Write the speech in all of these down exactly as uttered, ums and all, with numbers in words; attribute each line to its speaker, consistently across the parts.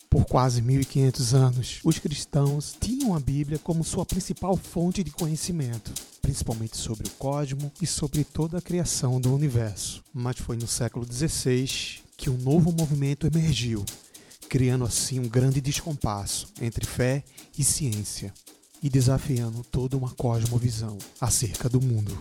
Speaker 1: Por quase mil e quinhentos anos, os cristãos tinham a Bíblia como sua principal fonte de conhecimento, principalmente sobre o cosmos e sobre toda a criação do universo. Mas foi no século dezesseis que um novo movimento emergiu, criando assim um grande descompasso entre fé e ciência e desafiando toda uma cosmovisão acerca do mundo.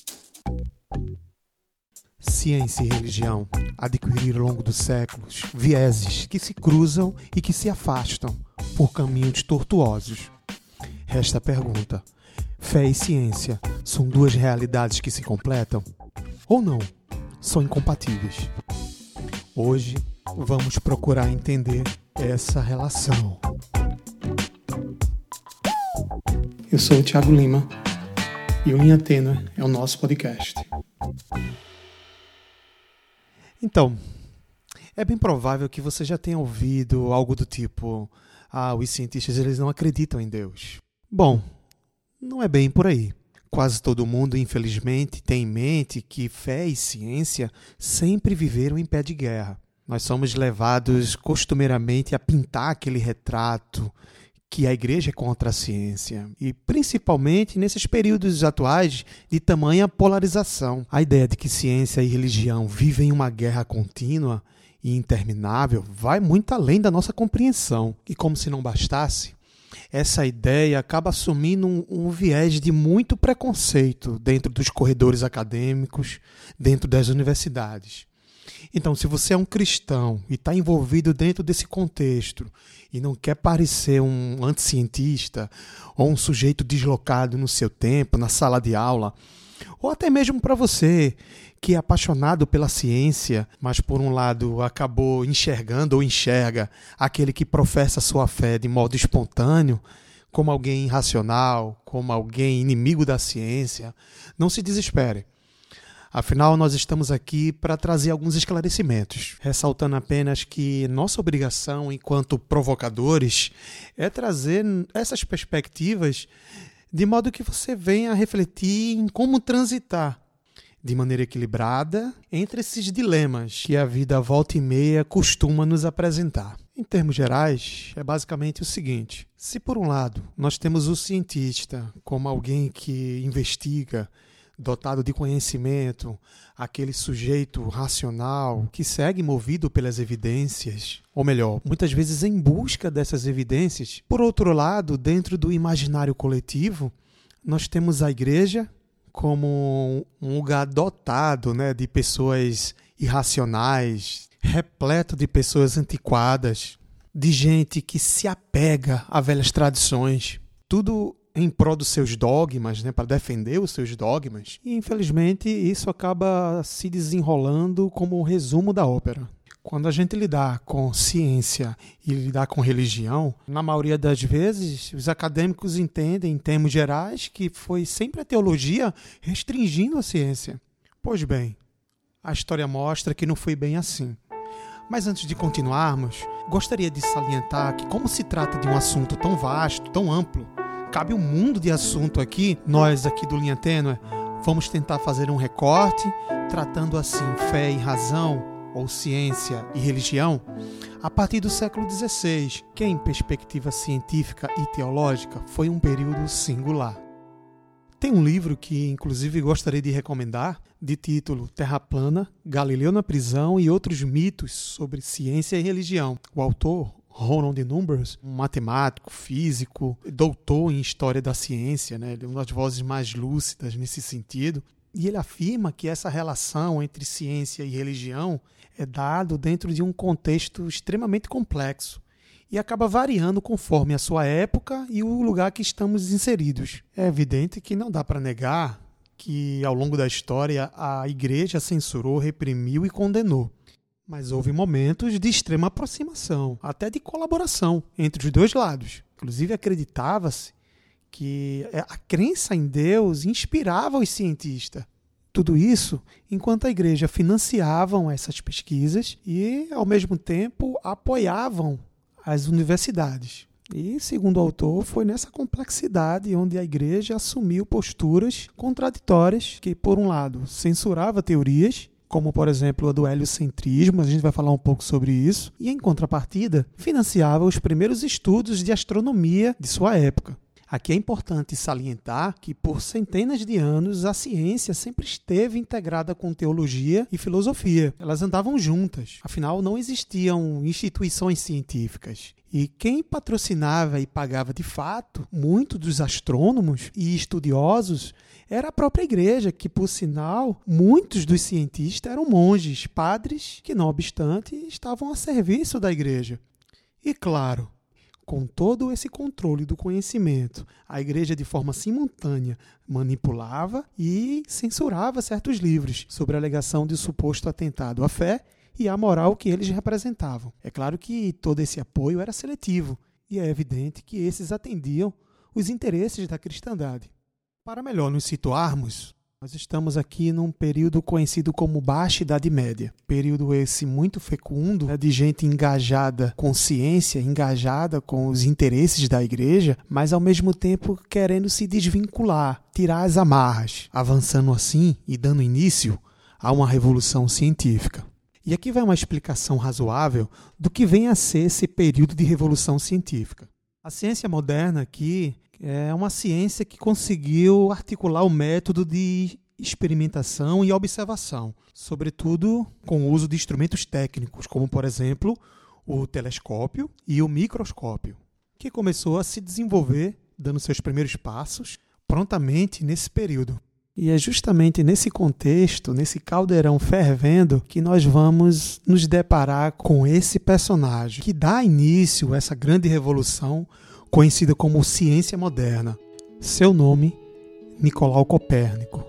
Speaker 1: Ciência e religião adquiriram ao longo dos séculos vieses que se cruzam e que se afastam por caminhos tortuosos. Resta a pergunta: fé e ciência são duas realidades que se completam? Ou não? São incompatíveis? Hoje vamos procurar entender essa relação. Eu sou o Thiago Lima e o Linha Tênue é o nosso podcast. Então, é bem provável que você já tenha ouvido algo do tipo: ah, os cientistas eles não acreditam em Deus. Bom, não é bem por aí. Quase todo mundo, infelizmente, tem em mente que fé e ciência sempre viveram em pé de guerra. Nós somos levados costumeiramente a pintar aquele retrato que a igreja é contra a ciência, e principalmente nesses períodos atuais de tamanha polarização. A ideia de que ciência e religião vivem uma guerra contínua e interminável vai muito além da nossa compreensão. E como se não bastasse, essa ideia acaba assumindo um, um viés de muito preconceito dentro dos corredores acadêmicos, dentro das universidades. Então, se você é um cristão e está envolvido dentro desse contexto e não quer parecer um anticientista ou um sujeito deslocado no seu tempo, na sala de aula, ou até mesmo para você que é apaixonado pela ciência, mas por um lado acabou enxergando ou enxerga aquele que professa sua fé de modo espontâneo, como alguém irracional, como alguém inimigo da ciência, não se desespere. Afinal, nós estamos aqui para trazer alguns esclarecimentos, ressaltando apenas que nossa obrigação enquanto provocadores é trazer essas perspectivas de modo que você venha refletir em como transitar de maneira equilibrada entre esses dilemas que a vida volta e meia costuma nos apresentar. Em termos gerais, é basicamente o seguinte: se por um lado nós temos o cientista como alguém que investiga, dotado de conhecimento, aquele sujeito racional que segue movido pelas evidências, ou melhor, muitas vezes em busca dessas evidências. Por outro lado, dentro do imaginário coletivo, nós temos a igreja como um lugar dotado, né, de pessoas irracionais, repleto de pessoas antiquadas, de gente que se apega a velhas tradições. Tudo em prol dos seus dogmas, né, para defender os seus dogmas. E, infelizmente, isso acaba se desenrolando como o resumo da ópera. Quando a gente lidar com ciência e lidar com religião, na maioria das vezes, os acadêmicos entendem, em termos gerais, que foi sempre a teologia restringindo a ciência. Pois bem, a história mostra que não foi bem assim. Mas antes de continuarmos, gostaria de salientar que, como se trata de um assunto tão vasto, tão amplo, cabe um mundo de assunto aqui. Nós aqui do Linha Tênue vamos tentar fazer um recorte, tratando assim fé e razão, ou ciência e religião, a partir do século dezesseis, que em perspectiva científica e teológica foi um período singular. Tem um livro que inclusive gostaria de recomendar, de título Terra Plana, Galileu na Prisão e Outros Mitos sobre Ciência e Religião. O autor, Ronald Numbers, um matemático, físico, doutor em História da Ciência, né? Ele é uma das vozes mais lúcidas nesse sentido, e ele afirma que essa relação entre ciência e religião é dado dentro de um contexto extremamente complexo e acaba variando conforme a sua época e o lugar que estamos inseridos. É evidente que não dá para negar que, ao longo da história, a igreja censurou, reprimiu e condenou. Mas houve momentos de extrema aproximação, até de colaboração entre os dois lados. Inclusive, acreditava-se que a crença em Deus inspirava os cientistas. Tudo isso enquanto a igreja financiavam essas pesquisas e, ao mesmo tempo, apoiavam as universidades. E, segundo o autor, foi nessa complexidade onde a igreja assumiu posturas contraditórias que, por um lado, censurava teorias, como por exemplo a do heliocentrismo, a gente vai falar um pouco sobre isso, e em contrapartida, financiava os primeiros estudos de astronomia de sua época. Aqui é importante salientar que por centenas de anos a ciência sempre esteve integrada com teologia e filosofia. Elas andavam juntas, afinal não existiam instituições científicas. E quem patrocinava e pagava de fato muitos dos astrônomos e estudiosos era a própria igreja, que por sinal muitos dos cientistas eram monges, padres, que não obstante estavam a serviço da igreja. E claro, com todo esse controle do conhecimento, a igreja de forma simultânea manipulava e censurava certos livros sobre a alegação de suposto atentado à fé e à moral que eles representavam. É claro que todo esse apoio era seletivo e é evidente que esses atendiam os interesses da cristandade. Para melhor nos situarmos, nós estamos aqui num período conhecido como Baixa Idade Média. Período esse muito fecundo, né, de gente engajada com ciência, engajada com os interesses da igreja, mas ao mesmo tempo querendo se desvincular, tirar as amarras, avançando assim e dando início a uma revolução científica. E aqui vai uma explicação razoável do que vem a ser esse período de revolução científica. A ciência moderna aqui é uma ciência que conseguiu articular o método de experimentação e observação, sobretudo com o uso de instrumentos técnicos, como, por exemplo, o telescópio e o microscópio, que começou a se desenvolver, dando seus primeiros passos, prontamente nesse período. E é justamente nesse contexto, nesse caldeirão fervendo, que nós vamos nos deparar com esse personagem que dá início a essa grande revolução conhecida como ciência moderna. Seu nome, Nicolau Copérnico.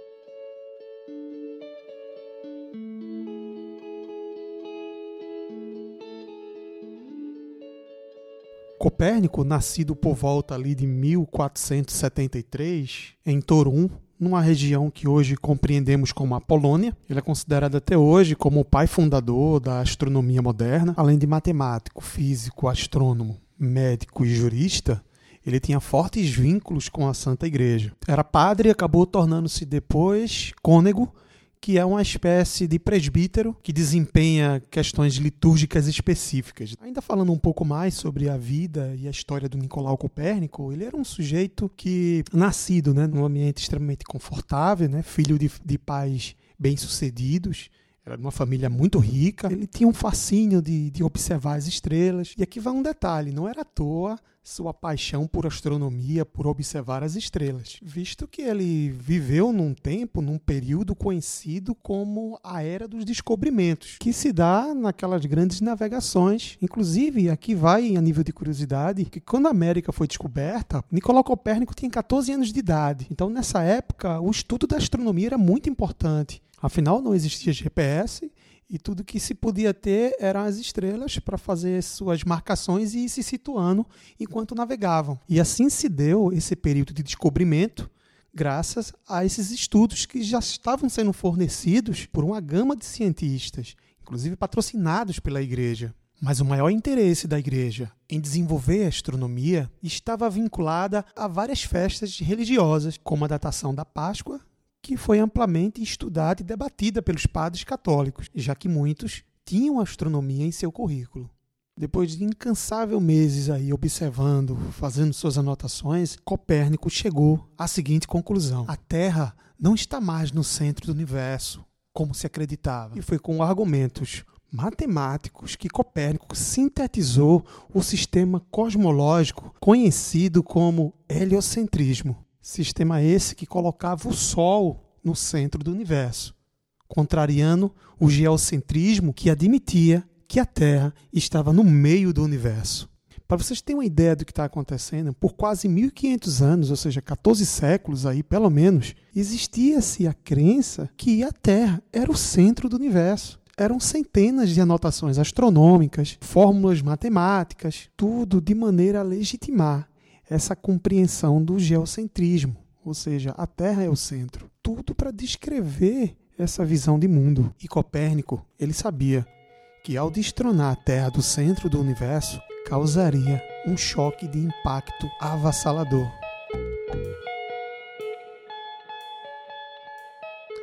Speaker 1: Copérnico, nascido por volta ali de mil quatrocentos e setenta e três, em Toruń, numa região que hoje compreendemos como a Polônia. Ele é considerado até hoje como o pai fundador da astronomia moderna. Além de matemático, físico, astrônomo, médico e jurista, ele tinha fortes vínculos com a Santa Igreja. Era padre e acabou tornando-se depois cônego, que é uma espécie de presbítero que desempenha questões litúrgicas específicas. Ainda falando um pouco mais sobre a vida e a história do Nicolau Copérnico, ele era um sujeito que, nascido, né, num ambiente extremamente confortável, né, filho de, de pais bem-sucedidos, era de uma família muito rica, ele tinha um fascínio de, de observar as estrelas. E aqui vai um detalhe, não era à toa sua paixão por astronomia, por observar as estrelas, visto que ele viveu num tempo, num período conhecido como a Era dos Descobrimentos, que se dá naquelas grandes navegações. Inclusive, aqui vai, a nível de curiosidade, que quando a América foi descoberta, Nicolau Copérnico tinha catorze anos de idade. Então, nessa época, o estudo da astronomia era muito importante. Afinal, não existia G P S e tudo que se podia ter eram as estrelas para fazer suas marcações e ir se situando enquanto navegavam. E assim se deu esse período de descobrimento, graças a esses estudos que já estavam sendo fornecidos por uma gama de cientistas, inclusive patrocinados pela igreja. Mas o maior interesse da igreja em desenvolver a astronomia estava vinculada a várias festas religiosas, como a datação da Páscoa, que foi amplamente estudada e debatida pelos padres católicos, já que muitos tinham astronomia em seu currículo. Depois de incansáveis meses aí observando, fazendo suas anotações, Copérnico chegou à seguinte conclusão: a Terra não está mais no centro do universo, como se acreditava. E foi com argumentos matemáticos que Copérnico sintetizou o sistema cosmológico conhecido como heliocentrismo. Sistema esse que colocava o Sol no centro do universo, contrariando o geocentrismo que admitia que a Terra estava no meio do universo. Para vocês terem uma ideia do que está acontecendo, por quase mil e quinhentos anos, ou seja, catorze séculos aí, pelo menos, existia-se a crença que a Terra era o centro do universo. Eram centenas de anotações astronômicas, fórmulas matemáticas, tudo de maneira a legitimar essa compreensão do geocentrismo, ou seja, a Terra é o centro. Tudo para descrever essa visão de mundo. E Copérnico, ele sabia que ao destronar a Terra do centro do universo, causaria um choque de impacto avassalador.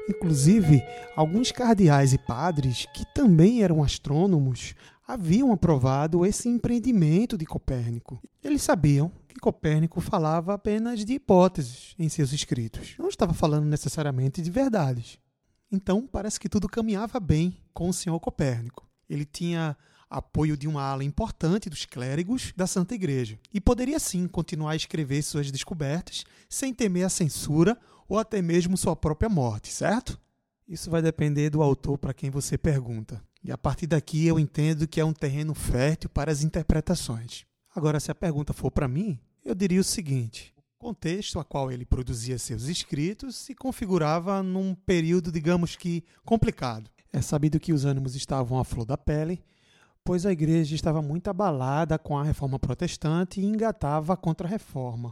Speaker 1: Inclusive, alguns cardeais e padres, que também eram astrônomos, haviam aprovado esse empreendimento de Copérnico. Eles sabiam que Copérnico falava apenas de hipóteses em seus escritos. Não estava falando necessariamente de verdades. Então, parece que tudo caminhava bem com o senhor Copérnico. Ele tinha apoio de uma ala importante dos clérigos da Santa Igreja e poderia sim continuar a escrever suas descobertas sem temer a censura ou até mesmo sua própria morte, certo? Isso vai depender do autor para quem você pergunta. E a partir daqui eu entendo que é um terreno fértil para as interpretações. Agora, se a pergunta for para mim, eu diria o seguinte: o contexto a qual ele produzia seus escritos se configurava num período, digamos que, complicado. É sabido que os ânimos estavam à flor da pele, pois a igreja estava muito abalada com a reforma protestante e engatava a contra-reforma.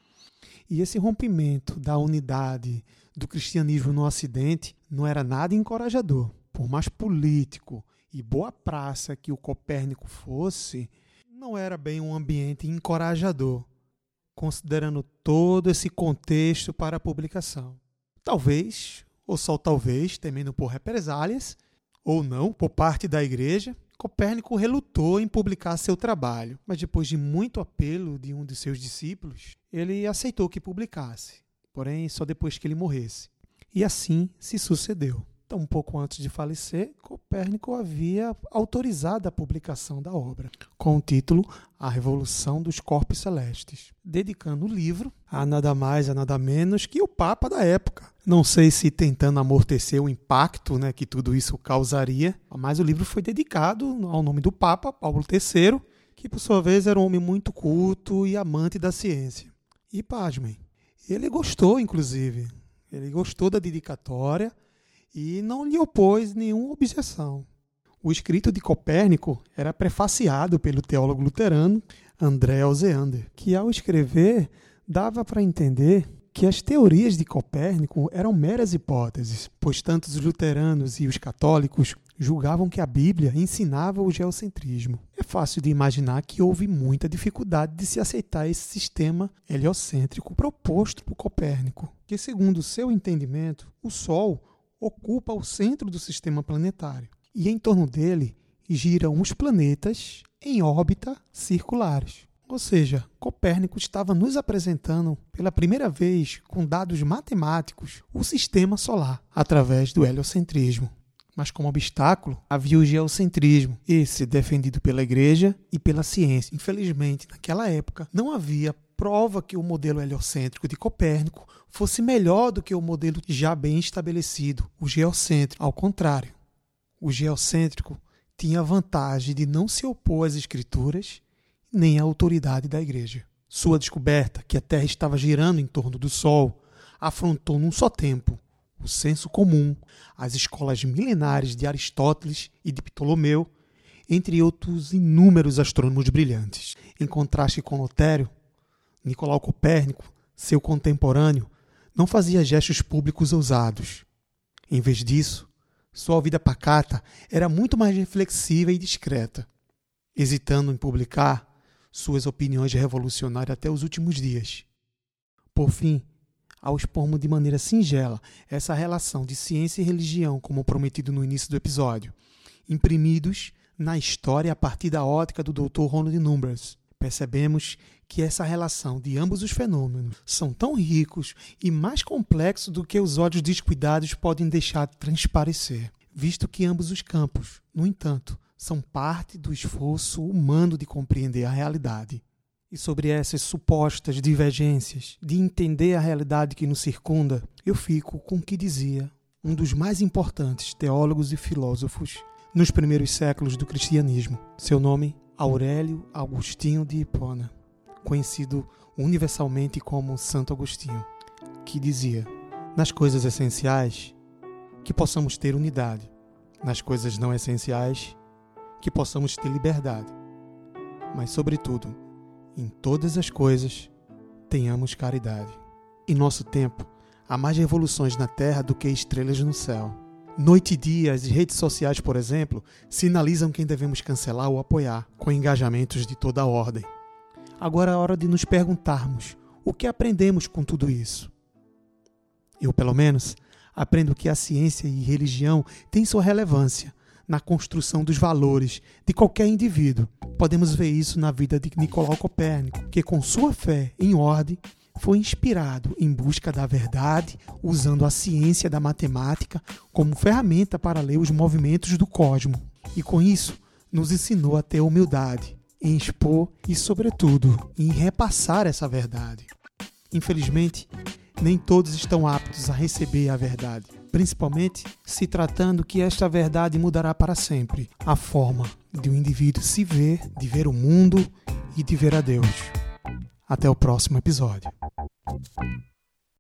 Speaker 1: E esse rompimento da unidade do cristianismo no Ocidente não era nada encorajador. Por mais político e boa praça que o Copérnico fosse, não era bem um ambiente encorajador, considerando todo esse contexto para a publicação. Talvez, ou só talvez, temendo por represálias, ou não, por parte da igreja, Copérnico relutou em publicar seu trabalho, mas depois de muito apelo de um de seus discípulos, ele aceitou que publicasse, porém só depois que ele morresse. E assim se sucedeu. Então, um pouco antes de falecer, Copérnico havia autorizado a publicação da obra, com o título A Revolução dos Corpos Celestes, dedicando o livro a nada mais, a nada menos que o Papa da época. Não sei se tentando amortecer o impacto, né, que tudo isso causaria, mas o livro foi dedicado ao nome do Papa, Paulo terceiro, que por sua vez era um homem muito culto e amante da ciência. E pasmem, ele gostou, inclusive, ele gostou da dedicatória, e não lhe opôs nenhuma objeção. O escrito de Copérnico era prefaciado pelo teólogo luterano André Osiander, que ao escrever dava para entender que as teorias de Copérnico eram meras hipóteses, pois tanto os luteranos e os católicos julgavam que a Bíblia ensinava o geocentrismo. É fácil de imaginar que houve muita dificuldade de se aceitar esse sistema heliocêntrico proposto por Copérnico, que, segundo seu entendimento, o Sol ocupa o centro do sistema planetário e em torno dele giram os planetas em órbita circulares. Ou seja, Copérnico estava nos apresentando pela primeira vez, com dados matemáticos, o sistema solar através do heliocentrismo. Mas como obstáculo havia o geocentrismo, esse defendido pela igreja e pela ciência. Infelizmente, naquela época, não havia prova que o modelo heliocêntrico de Copérnico fosse melhor do que o modelo já bem estabelecido, o geocêntrico. Ao contrário, o geocêntrico tinha a vantagem de não se opor às escrituras nem à autoridade da igreja. Sua descoberta, que a Terra estava girando em torno do Sol, afrontou num só tempo o senso comum, as escolas milenares de Aristóteles e de Ptolomeu, entre outros inúmeros astrônomos brilhantes. Em contraste com Lutero, Nicolau Copérnico, seu contemporâneo, não fazia gestos públicos ousados. Em vez disso, sua vida pacata era muito mais reflexiva e discreta, hesitando em publicar suas opiniões revolucionárias até os últimos dias. Por fim, ao expormos de maneira singela essa relação de ciência e religião, como prometido no início do episódio, imprimidos na história a partir da ótica do doutor Ronald Numbers, percebemos que essa relação de ambos os fenômenos são tão ricos e mais complexos do que os olhos descuidados podem deixar transparecer, visto que ambos os campos, no entanto, são parte do esforço humano de compreender a realidade. E sobre essas supostas divergências de entender a realidade que nos circunda, eu fico com o que dizia um dos mais importantes teólogos e filósofos nos primeiros séculos do cristianismo. Seu nome, Aurélio Agostinho de Hipona, conhecido universalmente como Santo Agostinho, que dizia: nas coisas essenciais, que possamos ter unidade; nas coisas não essenciais, que possamos ter liberdade; mas, sobretudo, em todas as coisas, tenhamos caridade. Em nosso tempo, há mais revoluções na Terra do que estrelas no céu. Noite e dia, as redes sociais, por exemplo, sinalizam quem devemos cancelar ou apoiar, com engajamentos de toda a ordem. Agora é a hora de nos perguntarmos o que aprendemos com tudo isso. Eu, pelo menos, Aprendo que a ciência e religião têm sua relevância na construção dos valores de qualquer indivíduo. Podemos ver isso na vida de Nicolau Copérnico, que com sua fé em ordem foi inspirado em busca da verdade, usando a ciência da matemática como ferramenta para ler os movimentos do cosmos. E com isso, nos ensinou a ter humildade, em expor e, sobretudo, em repassar essa verdade. Infelizmente, nem todos estão aptos a receber a verdade, principalmente se tratando que esta verdade mudará para sempre a forma de um indivíduo se ver, de ver o mundo e de ver a Deus. Até o próximo episódio.